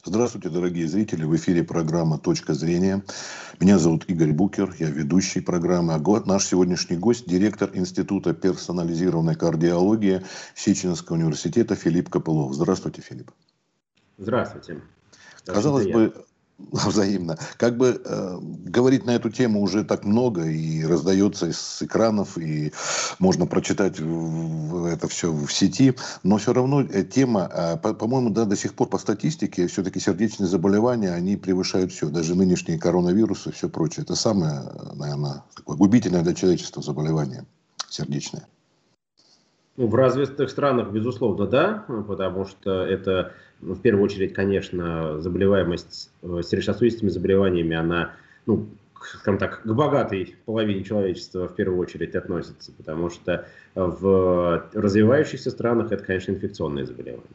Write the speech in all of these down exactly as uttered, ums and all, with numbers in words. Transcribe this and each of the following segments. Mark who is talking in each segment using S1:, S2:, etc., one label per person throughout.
S1: Здравствуйте, дорогие зрители. В эфире программа «Точка зрения». Меня зовут Игорь Букер, я ведущий программы. А го- наш сегодняшний гость – директор Института персонализированной кардиологии Сеченского университета Филипп Копылов. Здравствуйте, Филипп.
S2: Здравствуйте. Очень
S1: Казалось
S2: приятно.
S1: бы, взаимно. Как бы э, говорить на эту тему уже так много и раздается с экранов, и можно прочитать в- в это все в сети, но все равно э, тема, э, по- по-моему, да, до сих пор по статистике все-таки сердечные заболевания, они превышают все, даже нынешние коронавирусы и все прочее. Это самое, наверное, такое губительное для человечества заболевание сердечное.
S2: Ну, в развитых странах, безусловно, да, потому что это, ну, в первую очередь, конечно, заболеваемость э, сердечно-сосудистыми заболеваниями, она, ну, к- скажем так, к богатой половине человечества в первую очередь относится, потому что в развивающихся странах это, конечно, инфекционные заболевания.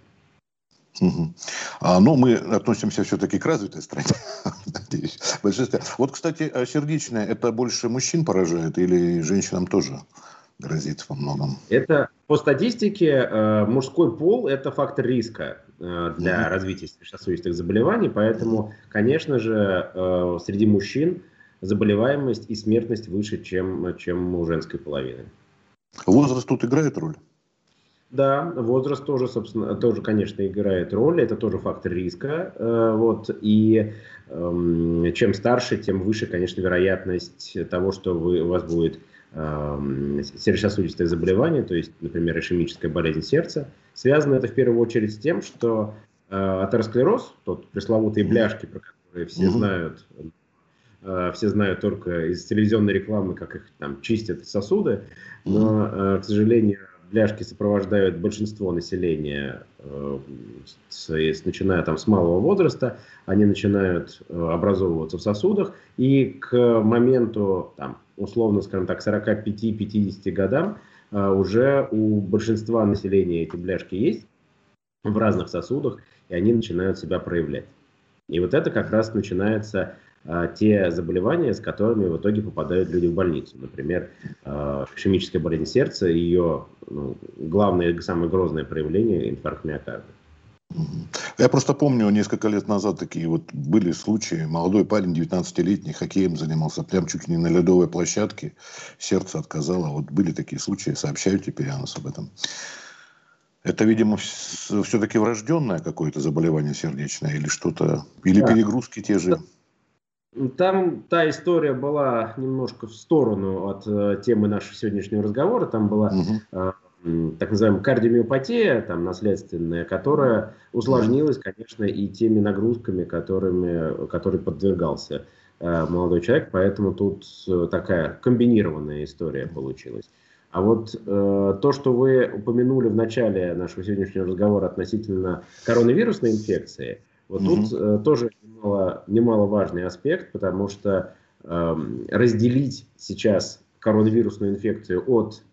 S1: Мгм. А, ну, мы относимся все-таки к развитой стране, надеюсь, в большинстве. Вот, кстати, а сердечное, это больше мужчин поражает или женщинам тоже грозит во многом?
S2: Это по статистике э, мужской пол – это фактор риска э,
S1: Мгм.
S2: для развития сердечно-сосудистых заболеваний,
S1: Мгм.
S2: поэтому, конечно же, э, среди мужчин заболеваемость и смертность выше, чем, чем у женской половины.
S1: Возраст тут играет роль?
S2: Да, возраст тоже, собственно, тоже, конечно, играет роль, это тоже фактор риска, э, вот, и эм, чем старше, тем выше, конечно, вероятность того, что вы, у вас будет эм, сердечно-сосудистое заболевание, то есть, например, ишемическая болезнь сердца. Связано это в первую очередь с тем, что э, атеросклероз, тот пресловутые
S1: Мгм.
S2: бляшки, про которые все
S1: Мгм.
S2: знают, э, все знают только из телевизионной рекламы, как их там чистят сосуды,
S1: Мгм.
S2: но, э, к сожалению, бляшки сопровождают большинство населения, э, с, с- начиная там с малого возраста, они начинают э, образовываться в сосудах, и к моменту, там, условно, скажем так, сорока пяти пятидесяти годам э, уже у большинства населения эти бляшки есть в разных сосудах, и они начинают себя проявлять. И вот это как раз начинаются а, те заболевания, с которыми в итоге попадают люди в больницу. Например, а, ишемическая болезнь сердца, ее ну, главное и самое грозное проявление – инфаркт миокарда.
S1: Мгм. Я просто помню, несколько лет назад такие вот были случаи. Молодой парень, девятнадцатилетний, хоккеем занимался, прям чуть ли не на ледовой площадке. Сердце отказало. Вот были такие случаи, сообщают теперь о нас об этом. Это, видимо, все-таки врожденное какое-то заболевание сердечное или что-то, или
S2: Да.
S1: перегрузки те же.
S2: Там та история была немножко в сторону от э, темы нашего сегодняшнего разговора. Там была
S1: Мгм.
S2: э, м, так называемая кардиомиопатия, там, наследственная, которая
S1: Мгм.
S2: усложнилась, конечно, и теми нагрузками, которыми, который подвергался э, молодой человек. Поэтому тут э, такая комбинированная история получилась. А вот э, то, что вы упомянули в начале нашего сегодняшнего разговора относительно коронавирусной инфекции, вот тут
S1: Мгм.
S2: э, тоже немало, немаловажный аспект, потому что эм, разделить сейчас коронавирусную инфекцию от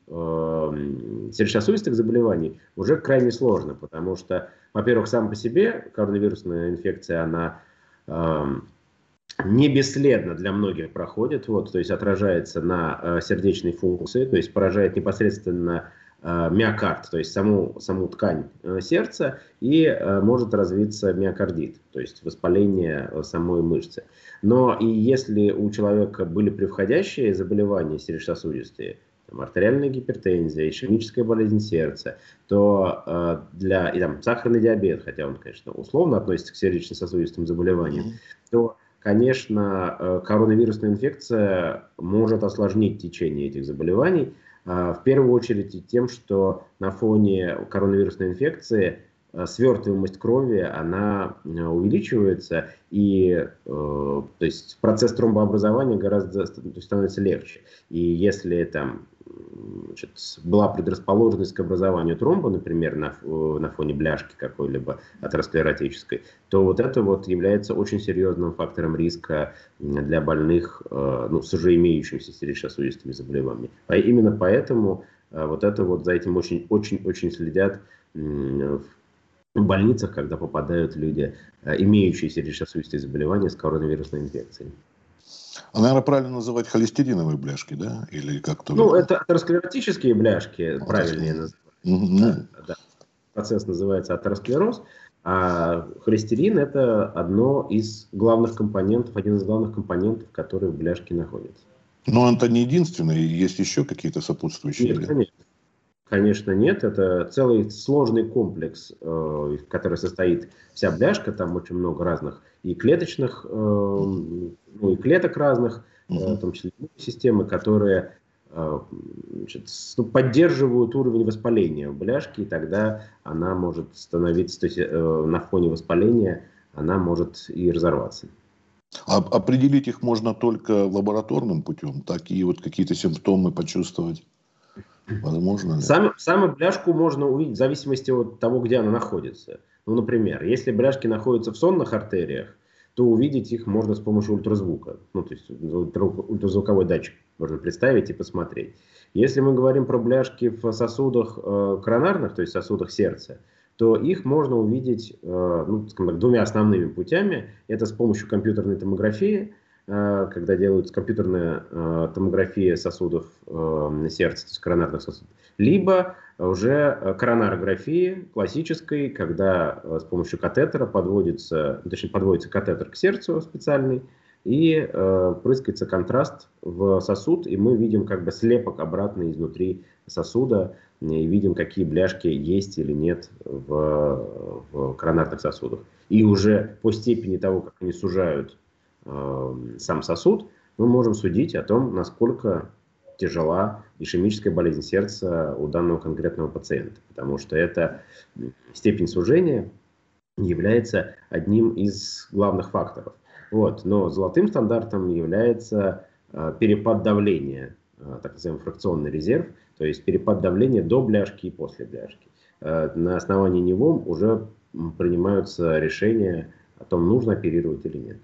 S2: эм, сердечно-сосудистых заболеваний уже крайне сложно, потому что, во-первых, сам по себе коронавирусная инфекция, она эм, не бесследно для многих проходит, вот, то есть отражается на э, сердечной функции, то есть поражает непосредственно э, миокард, то есть саму, саму ткань э, сердца, и э, может развиться миокардит, то есть воспаление э, самой мышцы. Но и если у человека были превходящие заболевания сердечно-сосудистые, там, артериальная гипертензия, ишемическая болезнь сердца, то э, для, и там сахарный диабет, хотя он, конечно, условно относится к сердечно-сосудистым заболеваниям,
S1: Мгм.
S2: то, конечно, э, коронавирусная инфекция может осложнить течение этих заболеваний, э, в первую очередь и тем, что на фоне коронавирусной инфекции э, свертываемость крови, она э, увеличивается, и э, то есть процесс тромбообразования гораздо ст- то есть становится легче. И если там м, значит, была предрасположенность к образованию тромба, например, на, ф- э, на фоне бляшки какой-либо атеросклеротической, то вот это вот является очень серьезным фактором риска для больных, э, ну, с уже имеющимися сердечно-сосудистыми заболеваниями. А именно поэтому э, вот это вот за этим очень-очень-очень следят м, в больницах, когда попадают люди, э, имеющие сердечно-сосудистые заболевания с коронавирусной инфекцией.
S1: А, наверное, правильно называть холестериновые бляшки, да? Или как-то
S2: Ну,
S1: вот...
S2: это атеросклеротические бляшки,
S1: Вот,
S2: правильнее
S1: если-
S2: называть.
S1: Мгм.
S2: Да,
S1: Ну,
S2: да. Процесс называется атеросклероз. А холестерин – это одно из главных компонентов, один из главных компонентов, который в бляшке находится.
S1: Но это не единственное, есть еще какие-то сопутствующие?
S2: Нет, конечно. Конечно, нет. Это целый сложный комплекс, э, из которого состоит вся бляшка. Там очень много разных и клеточных, э, ну, и клеток разных, э, в том числе системы, которые э, значит, с- ну, поддерживают уровень воспаления в бляшке, и тогда она может становиться, то есть э, на фоне воспаления она может и разорваться.
S1: А определить их можно только лабораторным путем, так и вот какие-то симптомы почувствовать. Возможно ли?
S2: Сам, саму бляшку можно увидеть в зависимости от того, где она находится. Ну, например, если бляшки находятся в сонных артериях, то увидеть их можно с помощью ультразвука. Ну, то есть ультра- ультразвуковой датчик можно представить и посмотреть. Если мы говорим про бляшки в сосудах э, коронарных, то есть сосудах сердца, то их можно увидеть э, ну, скажем так, двумя основными путями. Это с помощью компьютерной томографии, э, когда делают компьютерная э, томография сосудов э, сердца, то есть коронарных сосудов, либо уже э, коронарографии классической, когда э, с помощью катетера подводится, точнее подводится катетер к сердцу специальный, и э, прыскается контраст в сосуд, и мы видим как бы слепок обратный изнутри сосуда, и видим, какие бляшки есть или нет в, в коронарных сосудах. И уже по степени того, как они сужают э, сам сосуд, мы можем судить о том, насколько тяжела ишемическая болезнь сердца у данного конкретного пациента. Потому что эта степень сужения является одним из главных факторов. Вот. Но золотым стандартом является э, перепад давления, э, так называемый фракционный резерв, то есть перепад давления до бляшки и после бляшки. Э, на основании него уже принимаются решения о том, нужно оперировать или нет.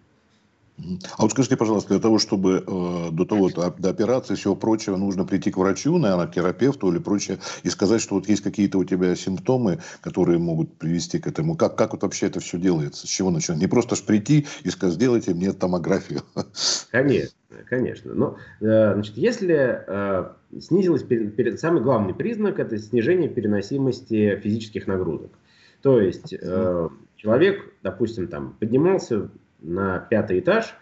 S1: А вот скажите, пожалуйста, для того, чтобы э, до того, до, до операции и всего прочего, нужно прийти к врачу, наверное, к терапевту или прочее, и сказать, что вот есть какие-то у тебя симптомы, которые могут привести к этому. Как, как вот вообще это все делается? С чего начинать? Не просто ж прийти и сказать, сделайте мне томографию.
S2: Конечно, конечно. Но, э, значит, если э, снизилась, пере- пере- самый главный признак – это снижение переносимости физических нагрузок. То есть э, человек, допустим, там поднимался на пятый этаж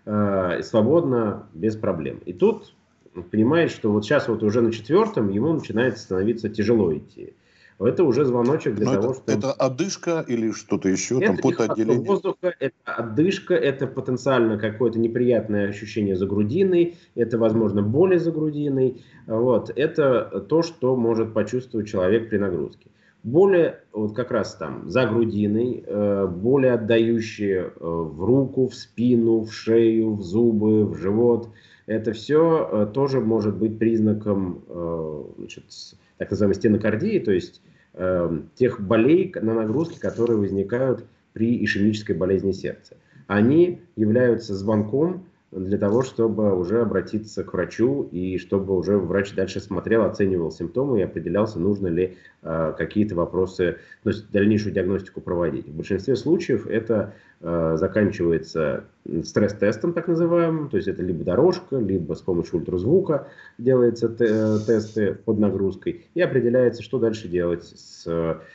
S2: э, свободно, без проблем. И тут понимает, что вот сейчас вот уже на четвертом ему начинает становиться тяжело идти. Это уже звоночек для
S1: Но это,
S2: того, чтобы
S1: это одышка или что-то еще, там
S2: это нехватка
S1: потоотделение?
S2: воздуха, это отдышка, это потенциально какое-то неприятное ощущение за грудиной, это, возможно, боли за грудиной. Вот. Это то, что может почувствовать человек при нагрузке. Боли вот как раз там за грудиной, э, боли, отдающие э, в руку, в спину, в шею, в зубы, в живот. Это все э, тоже может быть признаком э, значит, так называемой стенокардии, то есть э, тех болей на нагрузке, которые возникают при ишемической болезни сердца. Они являются звонком для того, чтобы уже обратиться к врачу и чтобы уже врач дальше смотрел, оценивал симптомы и определялся, нужно ли э, какие-то вопросы, то есть дальнейшую диагностику проводить. В большинстве случаев это э, заканчивается стресс-тестом, так называемым, то есть это либо дорожка, либо с помощью ультразвука делаются те, тесты под нагрузкой и определяется, что дальше делать с,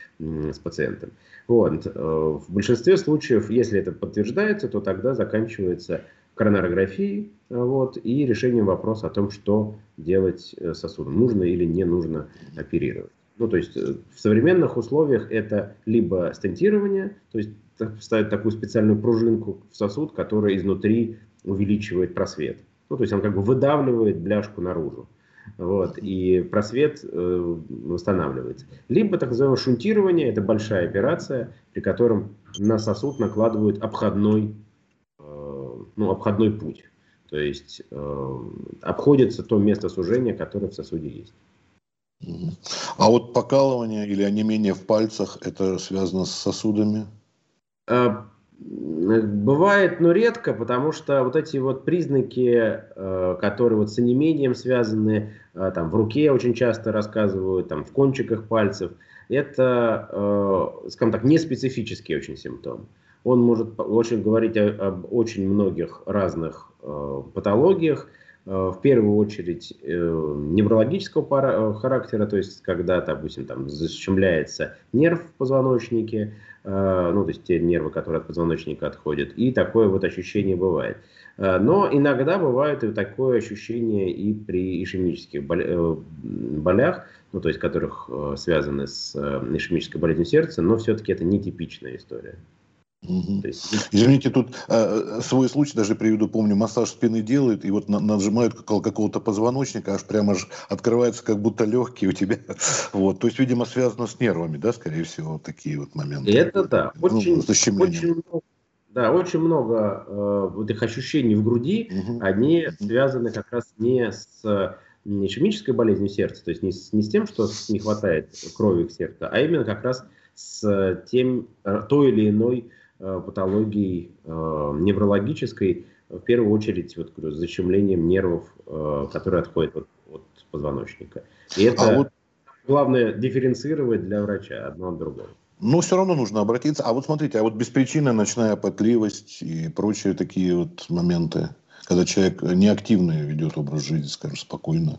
S2: с пациентом. Вот. В большинстве случаев, если это подтверждается, то тогда заканчивается коронарографией вот, и решением вопроса о том, что делать с сосудом, нужно или не нужно оперировать. Ну, то есть в современных условиях это либо стентирование, то есть ставить такую специальную пружинку в сосуд, которая изнутри увеличивает просвет. Ну, то есть он как бы выдавливает бляшку наружу. Вот, и просвет э, восстанавливается. Либо так называемое шунтирование, это большая операция, при котором на сосуд накладывают обходной, э, ну, обходной путь. То есть э, обходится то место сужения, которое в сосуде есть.
S1: А вот покалывание или онемение в пальцах, это связано с сосудами?
S2: Э, Бывает, но редко, потому что вот эти вот признаки, э, которые вот с онемением связаны, э, там в руке очень часто рассказывают, там в кончиках пальцев, это, э, скажем так, неспецифический очень симптом. Он может очень говорить о- об очень многих разных э, патологиях, в первую очередь неврологического характера, то есть когда, допустим, там защемляется нерв в позвоночнике, ну, то есть те нервы, которые от позвоночника отходят, и такое вот ощущение бывает. Но иногда бывает и такое ощущение и при ишемических болях, ну, то есть которых связаны с ишемической болезнью сердца, но все-таки это нетипичная история.
S1: Угу. Есть... Извините, тут э, свой случай даже приведу, помню, массаж спины делают, и вот на, нажимают какого-то позвоночника, аж прямо аж открывается как будто легкие у тебя. Вот. То есть, видимо, связано с нервами, да, скорее всего, вот такие вот моменты.
S2: Это да,
S1: ну,
S2: очень, очень много, да, очень много э, вот их ощущений в груди, угу. они угу. связаны как раз не с ишемической болезнью сердца, то есть не с, не с тем, что не хватает крови к сердцу, а именно как раз с тем, той или иной патологией э, неврологической, в первую очередь вот, с защемлением нервов, э, которые отходят от, от позвоночника. И это а вот... главное дифференцировать для врача одно от другого.
S1: Но все равно нужно обратиться. А вот смотрите, а вот беспричинная ночная потливость и прочие такие вот моменты, когда человек неактивно ведет образ жизни, скажем, спокойно.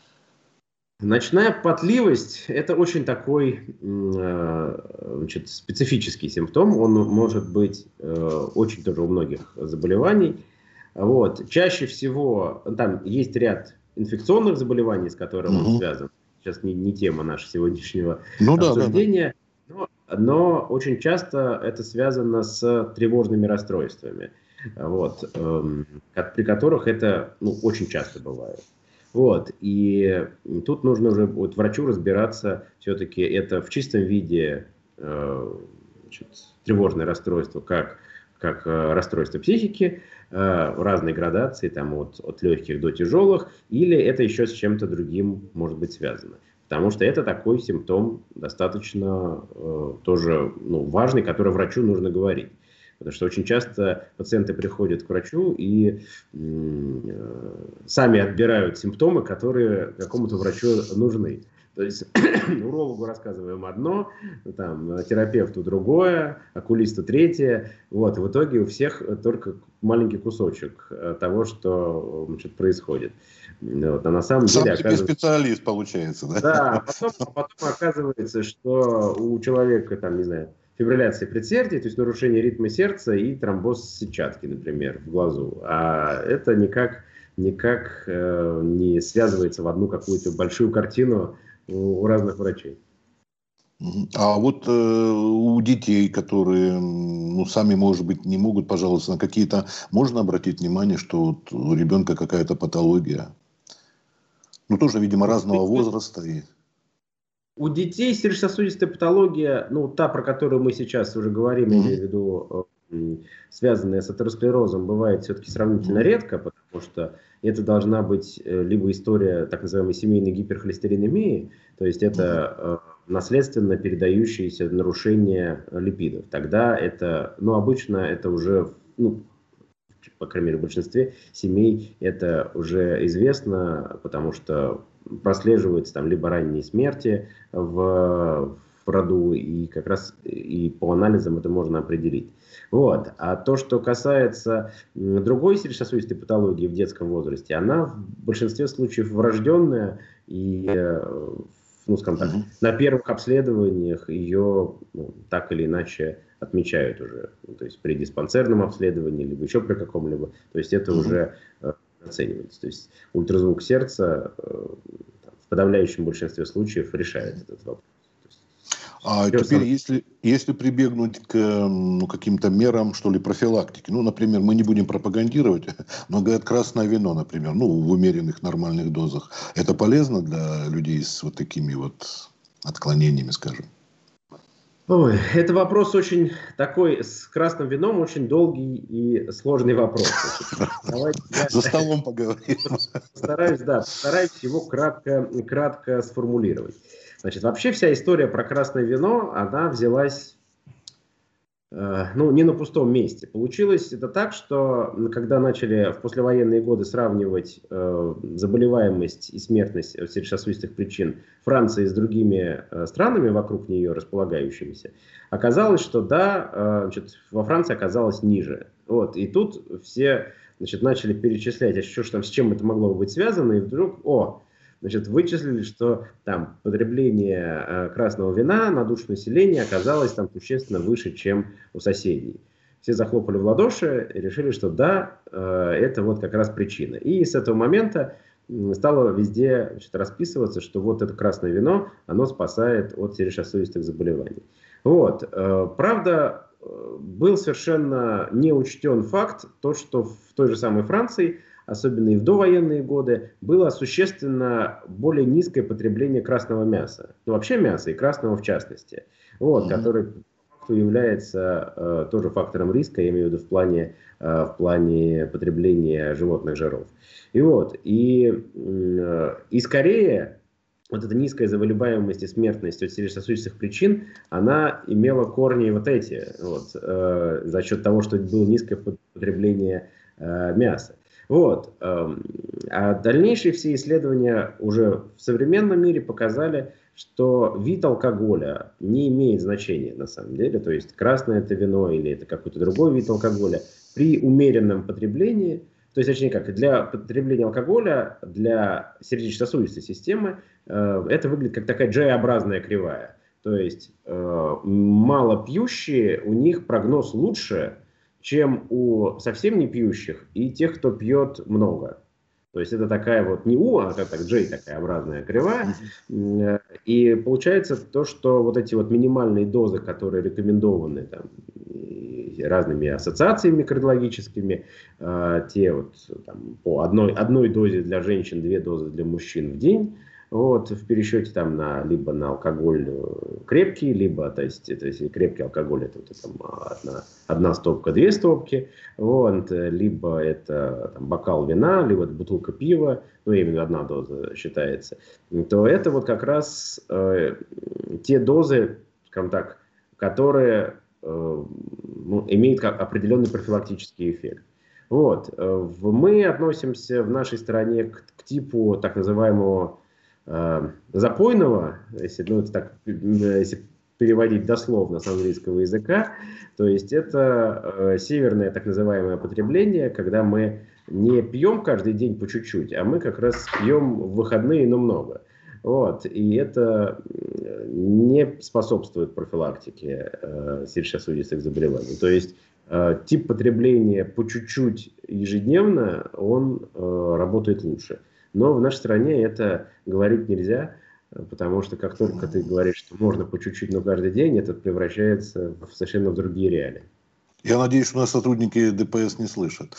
S2: Ночная потливость – это очень такой значит, специфический симптом. Он может быть очень тоже у многих заболеваний. Вот. Чаще всего там есть ряд инфекционных заболеваний, с которыми угу. он связан. Сейчас не, не тема нашего сегодняшнего ну, обсуждения. Да, да, да. Но, но очень часто это связано с тревожными расстройствами, вот, эм, при которых это ну, очень часто бывает. Вот, и тут нужно уже вот, врачу разбираться, все-таки это в чистом виде э, значит, тревожное расстройство, как, как э, расстройство психики, э, разной градации, там, от, от легких до тяжелых, или это еще с чем-то другим может быть связано. Потому что это такой симптом достаточно э, тоже ну, важный, который врачу нужно говорить. Потому что очень часто пациенты приходят к врачу и э, сами отбирают симптомы, которые какому-то врачу нужны. То есть урологу рассказываем одно, там, терапевту другое, окулисту третье. Вот, в итоге у всех только маленький кусочек того, что значит, происходит. Вот, а на самом
S1: Сам
S2: деле,
S1: себе оказывается... специалист получается, да?
S2: Да, потом, потом оказывается, что у человека, там, не знаю, фибрилляция предсердий, то есть нарушение ритма сердца и тромбоз сетчатки, например, в глазу. А это никак, никак э, не связывается в одну какую-то большую картину у, у разных врачей.
S1: А вот э, у детей, которые ну, сами, может быть, не могут пожаловаться на какие-то... Можно обратить внимание, что вот у ребенка какая-то патология? Ну, тоже, видимо, разного возраста и...
S2: У детей сердечно-сосудистая патология, ну, та, про которую мы сейчас уже говорим, mm-hmm. имею в виду, связанная с атеросклерозом, бывает все-таки сравнительно mm-hmm. редко, потому что это должна быть либо история так называемой семейной гиперхолестеринемии, то есть это mm-hmm. наследственно передающиеся нарушения липидов. Тогда это, ну, обычно это уже, ну, по крайней мере, в большинстве семей это уже известно, потому что прослеживаются там либо ранние смерти в, в роду, и как раз и по анализам это можно определить. Вот. А то, что касается другой сердечно-сосудистой патологии в детском возрасте, она в большинстве случаев врожденная, и ну, скажем так, mm-hmm. на первых обследованиях ее ну, так или иначе отмечают уже, ну, то есть при диспансерном обследовании, либо еще при каком-либо, то есть это mm-hmm. уже э, оценивается. То есть ультразвук сердца э, в подавляющем большинстве случаев решает этот вопрос.
S1: А теперь, сам... если, если прибегнуть к ну, каким-то мерам, что ли, профилактики, ну, например, мы не будем пропагандировать, но, говорят, красное вино, например, ну, в умеренных нормальных дозах, это полезно для людей с вот такими вот отклонениями, скажем?
S2: Ой, это вопрос очень такой, с красным вином, очень долгий и сложный вопрос.
S1: Давайте я... За столом поговорим.
S2: Постараюсь, да, постараюсь его кратко, кратко сформулировать. Значит, вообще вся история про красное вино, она взялась, э, ну, не на пустом месте. Получилось это так, что когда начали в послевоенные годы сравнивать э, заболеваемость и смертность от сердечно-сосудистых причин Франции с другими э, странами вокруг нее располагающимися, оказалось, что да, э, значит, во Франции оказалось ниже. Вот, и тут все значит, начали перечислять, а что ж там, с чем это могло быть связано, и вдруг, о, значит, вычислили, что там потребление э, красного вина на душу населения оказалось там существенно выше, чем у соседей. Все захлопали в ладоши и решили, что да, э, это вот как раз причина. И с этого момента стало везде, значит, расписываться, что вот это красное вино, оно спасает от сердечно-сосудистых заболеваний. Вот. Э, правда, был совершенно не учтен факт, то, что в той же самой Франции, особенно и в довоенные годы, было существенно более низкое потребление красного мяса. Ну, вообще мяса, и красного в частности. Вот, mm-hmm. который является э, тоже фактором риска, я имею в виду в плане, э, в плане потребления животных жиров. И вот, и, э, и скорее, вот эта низкая заболеваемость и смертность от сердечно-сосудистых причин, она имела корни вот эти, вот, э, за счет того, что было низкое потребление э, мяса. Вот. А дальнейшие все исследования уже в современном мире показали, что вид алкоголя не имеет значения на самом деле. То есть красное это вино или это какой-то другой вид алкоголя. При умеренном потреблении, то есть, точнее как, для потребления алкоголя, для сердечно-сосудистой системы, это выглядит как такая джей-образная кривая. То есть мало пьющие, у них прогноз лучше, чем у совсем не пьющих и тех, кто пьет много. То есть это такая вот не У, а как так J такая образная кривая. И получается то, что вот эти вот минимальные дозы, которые рекомендованы там, разными ассоциациями кардиологическими, те вот там, по одной, одной дозе для женщин, две дозы для мужчин в день, вот, в пересчете там на, либо на алкоголь крепкий, либо, то есть, это, если крепкий алкоголь, это, это там, одна, одна стопка, две стопки, вот, либо это там, бокал вина, либо это бутылка пива, ну, именно одна доза считается, то это вот как раз э, те дозы, скажем так, которые э, ну, имеют как определенный профилактический эффект. Вот. Мы относимся в нашей стране к, к типу так называемого запойного, если, ну, это так, если переводить дословно с английского языка, то есть это э, северное так называемое потребление, когда мы не пьем каждый день по чуть-чуть, а мы как раз пьем в выходные, но много. Вот. И это не способствует профилактике э, сердечно-сосудистых заболеваний. То есть э, тип потребления по чуть-чуть ежедневно, он э, работает лучше. Но в нашей стране это говорить нельзя, потому что как только ты говоришь, что можно по чуть-чуть, но каждый день, это превращается в совершенно в другие реалии.
S1: Я надеюсь, что нас сотрудники ДПС не слышат.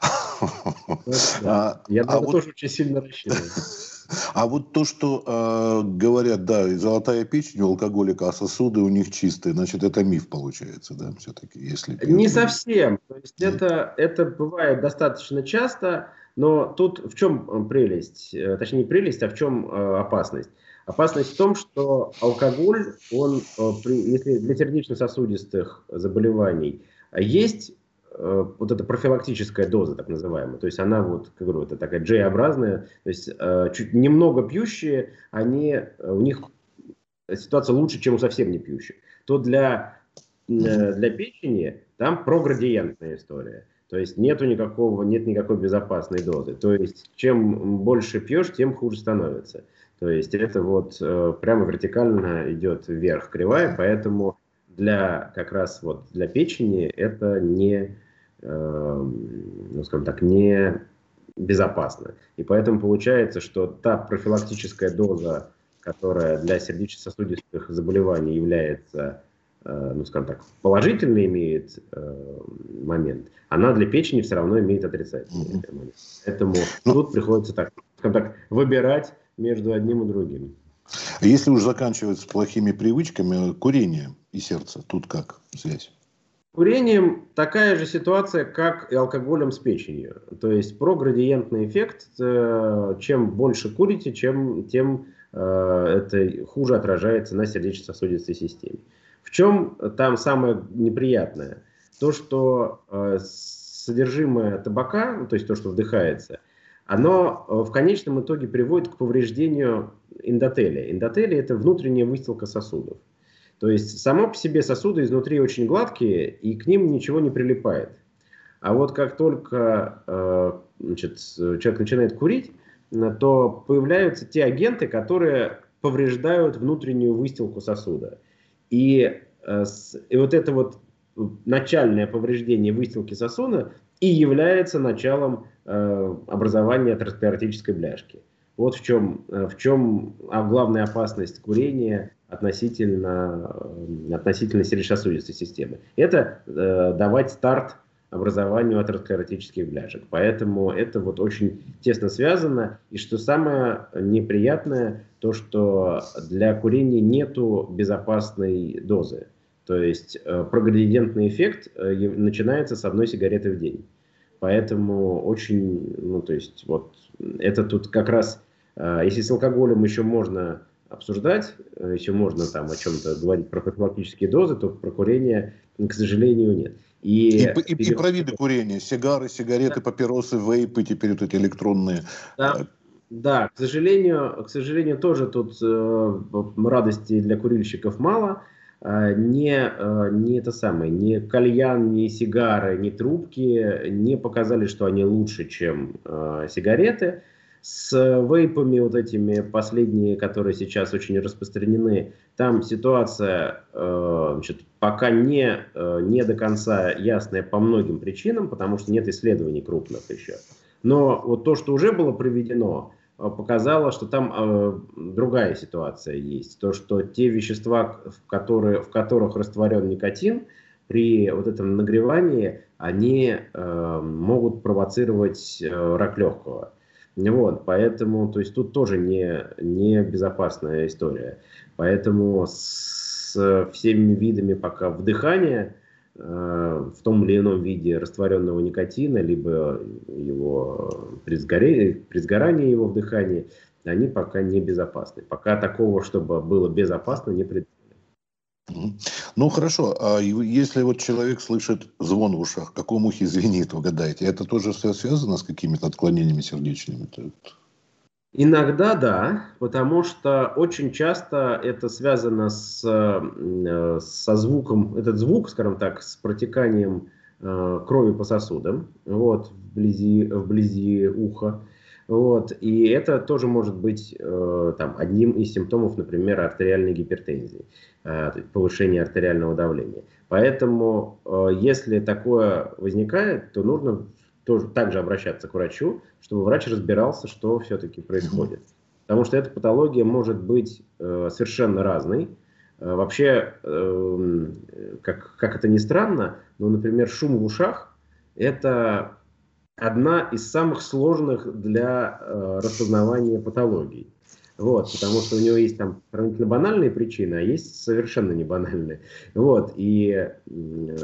S2: Да. Я а, а вот... тоже очень сильно рассчитываю.
S1: А вот то, что э, говорят, да, золотая печень у алкоголика, а сосуды у них чистые, значит, это миф получается, да, все-таки, если...
S2: Не совсем. То есть это, это бывает достаточно часто, но тут в чем прелесть, точнее не прелесть, а в чем э, опасность? Опасность в том, что алкоголь, он, э, при, если для сердечно-сосудистых заболеваний есть вот эта профилактическая доза, так называемая, то есть она вот, как говорю, это такая J-образная, то есть э, чуть немного пьющие, они, у них ситуация лучше, чем у совсем не пьющих, то для, э, для печени там проградиентная история, то есть нету никакого, нет никакой безопасной дозы, то есть чем больше пьешь, тем хуже становится, то есть это вот э, прямо вертикально идет вверх кривая, поэтому для как раз вот для печени это не ну, скажем так, не безопасно. И поэтому получается, что та профилактическая доза, которая для сердечно-сосудистых заболеваний является, ну, скажем так, положительный имеет момент, она для печени все равно имеет отрицательный mm-hmm. момент. Поэтому ну, тут приходится, так, скажем так, выбирать между одним и другим.
S1: Если уж заканчивать с плохими привычками, курение и сердце, тут как связь?
S2: Курением такая же ситуация, как и алкоголем с печенью. То есть проградиентный эффект, чем больше курите, чем, тем это хуже отражается на сердечно-сосудистой системе. В чем там самое неприятное? То, что содержимое табака, то есть то, что вдыхается, оно в конечном итоге приводит к повреждению эндотелия. Эндотелия – это внутренняя выстилка сосудов. То есть само по себе сосуды изнутри очень гладкие, и к ним ничего не прилипает. А вот как только э, значит, человек начинает курить, то появляются те агенты, которые повреждают внутреннюю выстилку сосуда. И, э, с, и вот это вот начальное повреждение выстилки сосуда и является началом э, образования атеросклеротической бляшки. Вот в чем, в чем главная опасность курения относительно, относительно сердечно-сосудистой системы. Это э, давать старт образованию атеросклеротических бляшек. Поэтому это вот очень тесно связано. И что самое неприятное, то что для курения нету безопасной дозы. То есть э, проградиентный эффект э, начинается с одной сигареты в день. Поэтому очень, ну то есть вот это тут как раз, э, если с алкоголем еще можно обсуждать, э, еще можно там о чем-то говорить про профилактические дозы, то про курение, к сожалению, нет.
S1: И, и, и, и про виды курения: сигары, сигареты, да, папиросы, вейпы, теперь вот эти электронные.
S2: Да, да, к сожалению, к сожалению, тоже тут э, радости для курильщиков мало. Э, не, э, не это самое, ни кальян, ни сигары, ни трубки не показали, что они лучше, чем э, сигареты. С вейпами вот этими последние, которые сейчас очень распространены, там ситуация э, значит, пока не, э, не до конца ясная по многим причинам, потому что нет исследований крупных еще. Но вот то, что уже было проведено, э, показало, что там э, другая ситуация есть. То, что те вещества, в, которые, в которых растворен никотин, при вот этом нагревании, они э, могут провоцировать э, рак легкого. Вот, поэтому, то есть тут тоже не, не безопасная история. Поэтому с всеми видами пока вдыхания э, в том или ином виде растворенного никотина, либо его при, сгоре, при сгорании его вдыхания, они пока не безопасны. Пока такого, чтобы было безопасно, не придумали.
S1: Ну хорошо, а если вот человек слышит звон в ушах, каком ухе звенит, угадайте, это тоже все связано с какими-то отклонениями сердечными?
S2: Иногда да, потому что очень часто это связано с, со звуком, этот звук, скажем так, с протеканием э, крови по сосудам, вот, вблизи, вблизи уха. Вот, и это тоже может быть э, там, одним из симптомов, например, артериальной гипертензии, э, повышение артериального давления. Поэтому, э, если такое возникает, то нужно тоже также обращаться к врачу, чтобы врач разбирался, что все-таки происходит. Потому что эта патология может быть э, совершенно разной. Э, вообще, э, как, как это ни странно, но, например, шум в ушах – это одна из самых сложных для э, распознавания патологий. Вот, потому что у него есть там сравнительно банальные причины, а есть совершенно не банальные. Вот, и э,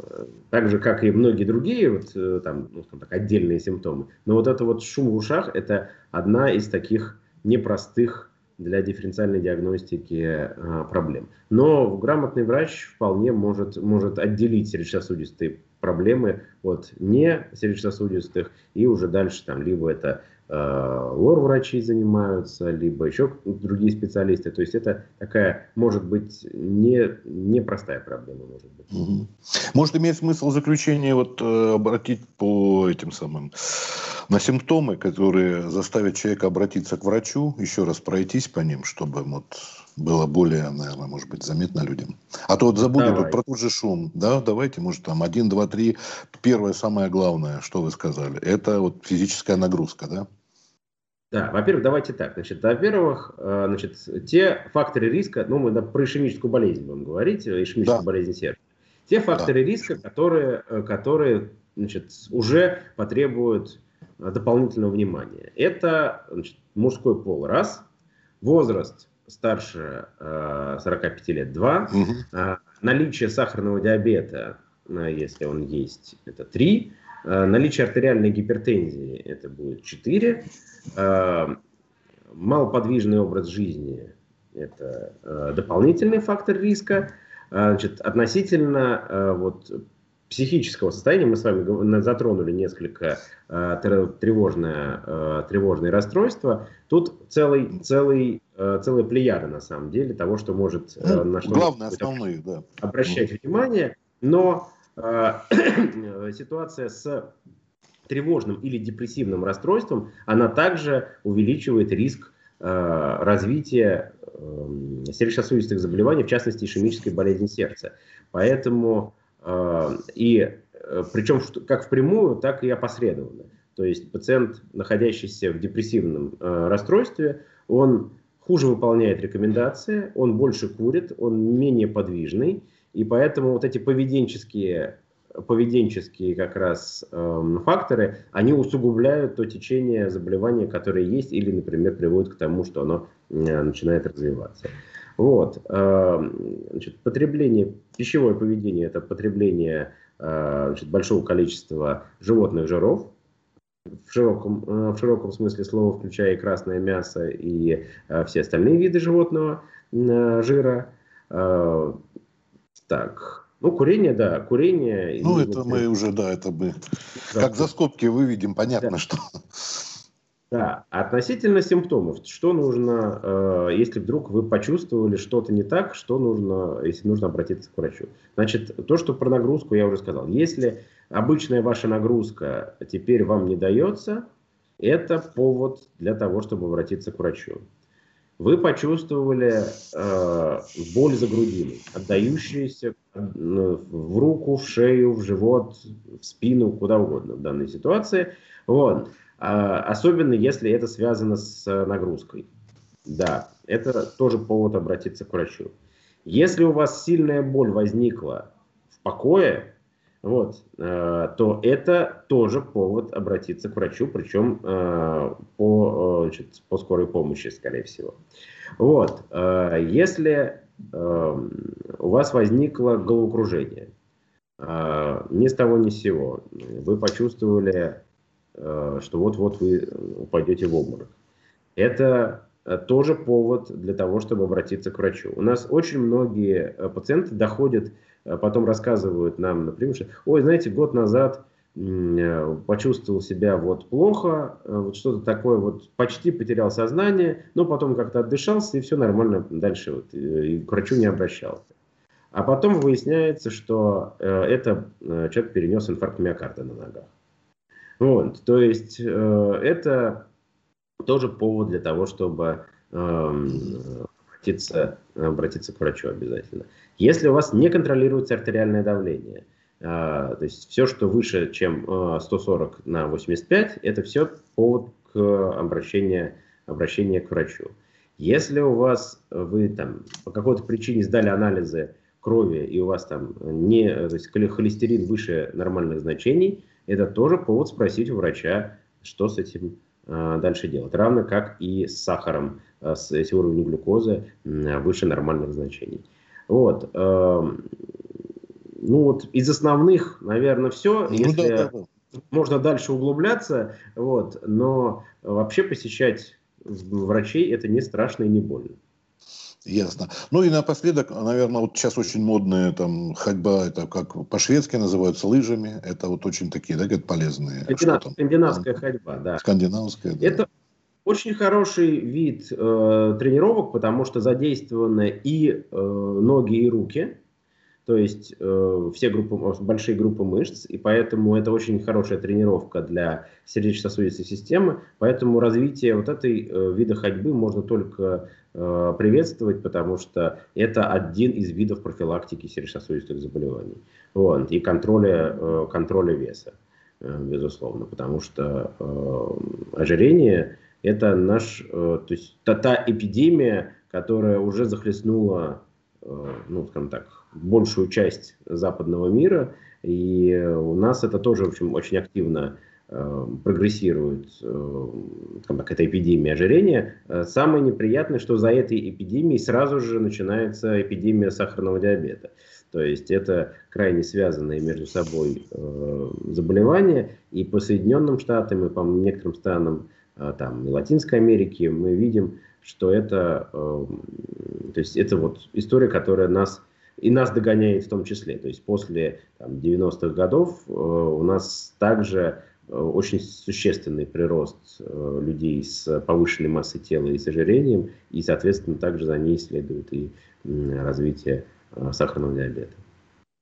S2: так же, как и многие другие вот, э, там, ну, так, отдельные симптомы. Но вот это вот шум в ушах – это одна из таких непростых для дифференциальной диагностики э, проблем. Но грамотный врач вполне может, может отделить сердечно-сосудистые проблемы от не сердечно-сосудистых, и уже дальше там либо это э, лор-врачи занимаются, либо еще другие специалисты. То есть это такая, может быть, не, непростая проблема. Может быть.
S1: Угу. Может иметь смысл заключение вот, э, обратить по этим самым на симптомы, которые заставят человека обратиться к врачу, еще раз пройтись по ним, чтобы вот было более, наверное, может быть, заметно людям. А то вот забудет вот про тот же шум. Да, давайте, может, там один, два, три. Первое, самое главное, что вы сказали, это вот физическая нагрузка, да?
S2: Да, во-первых, давайте так. Значит, во-первых, значит, те факторы риска, ну, мы про ишемическую болезнь будем говорить, ишемическую да. болезнь сердца. Те факторы да. риска, которые, которые значит, уже потребуют дополнительного внимания. Это значит, мужской пол, раз, возраст старше э, сорока пяти лет, два, угу. э, наличие сахарного диабета, э, если он есть, это три, э, наличие артериальной гипертензии, это будет четыре, э, малоподвижный образ жизни, это э, дополнительный фактор риска, э, значит, относительно э, вот, психического состояния, мы с вами затронули несколько э, тревожное, э, тревожные расстройства. Тут целый, целый, э, целая плеяда, на самом деле, того, что может э, на что
S1: главное, основные, да.
S2: обращать mm. внимание. Но ситуация с тревожным или депрессивным расстройством, она также увеличивает риск развития сердечно-сосудистых заболеваний, в частности, ишемической болезни сердца. Поэтому, и причем как впрямую, так и опосредованно. То есть пациент, находящийся в депрессивном расстройстве, он хуже выполняет рекомендации, он больше курит, он менее подвижный, и поэтому вот эти поведенческие, поведенческие как раз э, факторы, они усугубляют то течение заболевания, которое есть, или, например, приводят к тому, что оно э, начинает развиваться. Вот. Э, значит, потребление, пищевое поведение – это потребление э, значит, большого количества животных жиров, в широком, в широком смысле слова, включая и красное мясо, и э, все остальные виды животного э, жира. Э, так, ну, курение, да, курение.
S1: Ну,
S2: и,
S1: это
S2: вот,
S1: мы уже, да, это мы,
S2: да,
S1: как за скобки выведем, понятно,
S2: да.
S1: что...
S2: Да, относительно симптомов, что нужно, э, если вдруг вы почувствовали что-то не так, что нужно, если нужно обратиться к врачу. Значит, то, что про нагрузку я уже сказал. Если обычная ваша нагрузка теперь вам не дается, это повод для того, чтобы обратиться к врачу. Вы почувствовали э, боль за грудиной, отдающуюся в руку, в шею, в живот, в спину, куда угодно в данной ситуации. Вот. Особенно если это связано с нагрузкой. Да, это тоже повод обратиться к врачу. Если у вас сильная боль возникла в покое, вот, то это тоже повод обратиться к врачу, причем по, значит, по скорой помощи, скорее всего. Вот, если у вас возникло головокружение, ни с того ни с сего, вы почувствовали, что вот-вот вы упадете в обморок. Это тоже повод для того, чтобы обратиться к врачу. У нас очень многие пациенты доходят, потом рассказывают нам, например, что, ой, знаете, год назад почувствовал себя вот плохо, вот что-то такое, вот почти потерял сознание, но потом как-то отдышался, и все нормально дальше, вот, и к врачу не обращался. А потом выясняется, что это человек перенес инфаркт миокарда на ногах. Вот, то есть э, это тоже повод для того, чтобы э, обратиться, обратиться к врачу обязательно. Если у вас не контролируется артериальное давление, э, то есть все, что выше, чем э, сто сорок на восемьдесят пять, это все повод к обращению, обращению к врачу. Если у вас, вы там по какой-то причине сдали анализы крови, и у вас там не, то есть холестерин выше нормальных значений, это тоже повод спросить у врача, что с этим э, дальше делать. Равно как и с сахаром, э, с, если уровень глюкозы э, выше нормальных значений. Вот. Э, ну вот из основных, наверное, все.
S1: Ну,
S2: если
S1: да, да, да.
S2: Можно дальше углубляться, вот, но вообще посещать врачей это не страшно и не больно.
S1: Ясно. Ну и напоследок, наверное, вот сейчас очень модная там ходьба, это как по-шведски называются, лыжами. Это вот очень такие, да, как полезные.
S2: Скандинав,
S1: что там?
S2: Скандинавская ходьба, да.
S1: Скандинавская, да.
S2: Это очень хороший вид э, тренировок, потому что задействованы и э, ноги, и руки. То есть э, все группы, большие группы мышц, и поэтому это очень хорошая тренировка для сердечно-сосудистой системы. Поэтому развитие вот этой э, вида ходьбы можно только э, приветствовать, потому что это один из видов профилактики сердечно-сосудистых заболеваний. Вот, и контроля, э, контроля веса, э, безусловно, потому что э, ожирение – это наш, э, то есть та, та эпидемия, которая уже захлестнула, ну, скажем так, большую часть западного мира, и у нас это тоже, в общем, очень активно э, прогрессирует, э, скажем так, эта эпидемия ожирения. Самое неприятное, что за этой эпидемией сразу же начинается эпидемия сахарного диабета. То есть это крайне связанные между собой э, заболевания, и по Соединенным Штатам, и по некоторым странам э, там, и Латинской Америки мы видим, что это, э, то есть это вот история, которая нас и нас догоняет в том числе. То есть после там, девяностых годов э, у нас также э, очень существенный прирост э, людей с повышенной массой тела и с ожирением, и, соответственно, также за ней следует и э, развитие э, сахарного диабета.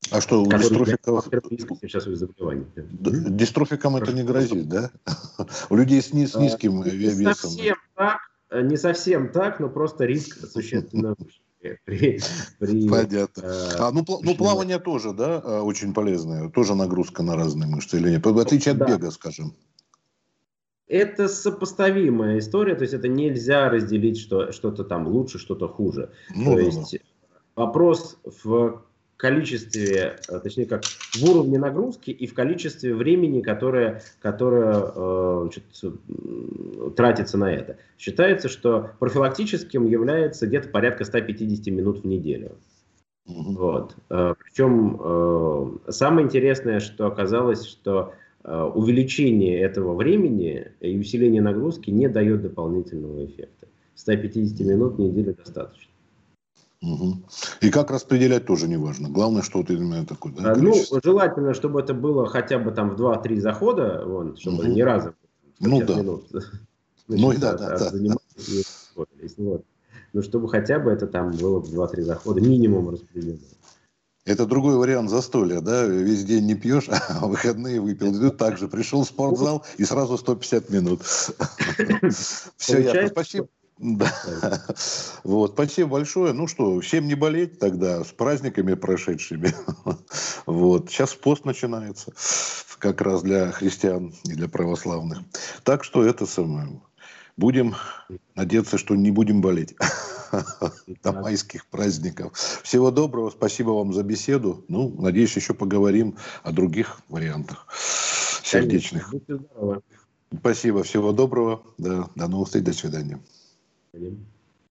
S1: А что, у дистрофиков...
S2: сейчас заболеваний.
S1: Дистрофикам это не грозит, да? У людей с, низ, с низким
S2: не
S1: весом.
S2: Совсем так, не совсем так, но просто риск существенно выше. При, при,
S1: Понятно.
S2: Э,
S1: а, ну, ну, плавание тоже, да, очень полезное. Тоже нагрузка на разные мышцы или нет? В отличие от
S2: да.
S1: бега, скажем.
S2: Это сопоставимая история, то есть это нельзя разделить, что что-то там лучше, что-то хуже.
S1: Ну,
S2: то
S1: да,
S2: есть
S1: да.
S2: вопрос в количестве, точнее как, в уровне нагрузки и в количестве времени, которое, которое э, значит, тратится на это. Считается, что профилактическим является где-то порядка ста пятидесяти минут в неделю. Угу. Вот. Причем э, самое интересное, что оказалось, что э, увеличение этого времени и усиление нагрузки не дает дополнительного эффекта. ста пятидесяти минут в неделю достаточно.
S1: Угу. И как распределять тоже не важно. Главное, что вот именно такое, да,
S2: количество. Ну, желательно, чтобы это было хотя бы там в два-три захода, вон, чтобы угу. не разом
S1: ну, да.
S2: минут
S1: значит, ну, да, да, да,
S2: занимались. Да. Вот. Но чтобы хотя бы это там было в два-три захода минимум распределено.
S1: Это другой вариант застолья, да? Весь день не пьешь, а в выходные выпил. И так же пришел в спортзал и сразу сто пятьдесят минут. Все ясно. Спасибо. Да. Вот, спасибо большое. Ну что, всем не болеть тогда, с праздниками прошедшими. Вот, сейчас пост начинается, как раз для христиан и для православных. Так что это самое. Будем надеяться, что не будем болеть до майских праздников. Всего доброго, спасибо вам за беседу. Ну, надеюсь, еще поговорим о других вариантах сердечных.
S2: Будьте здоровы.
S1: Спасибо, всего доброго. Да, до новых встреч, до свидания.
S2: Спасибо.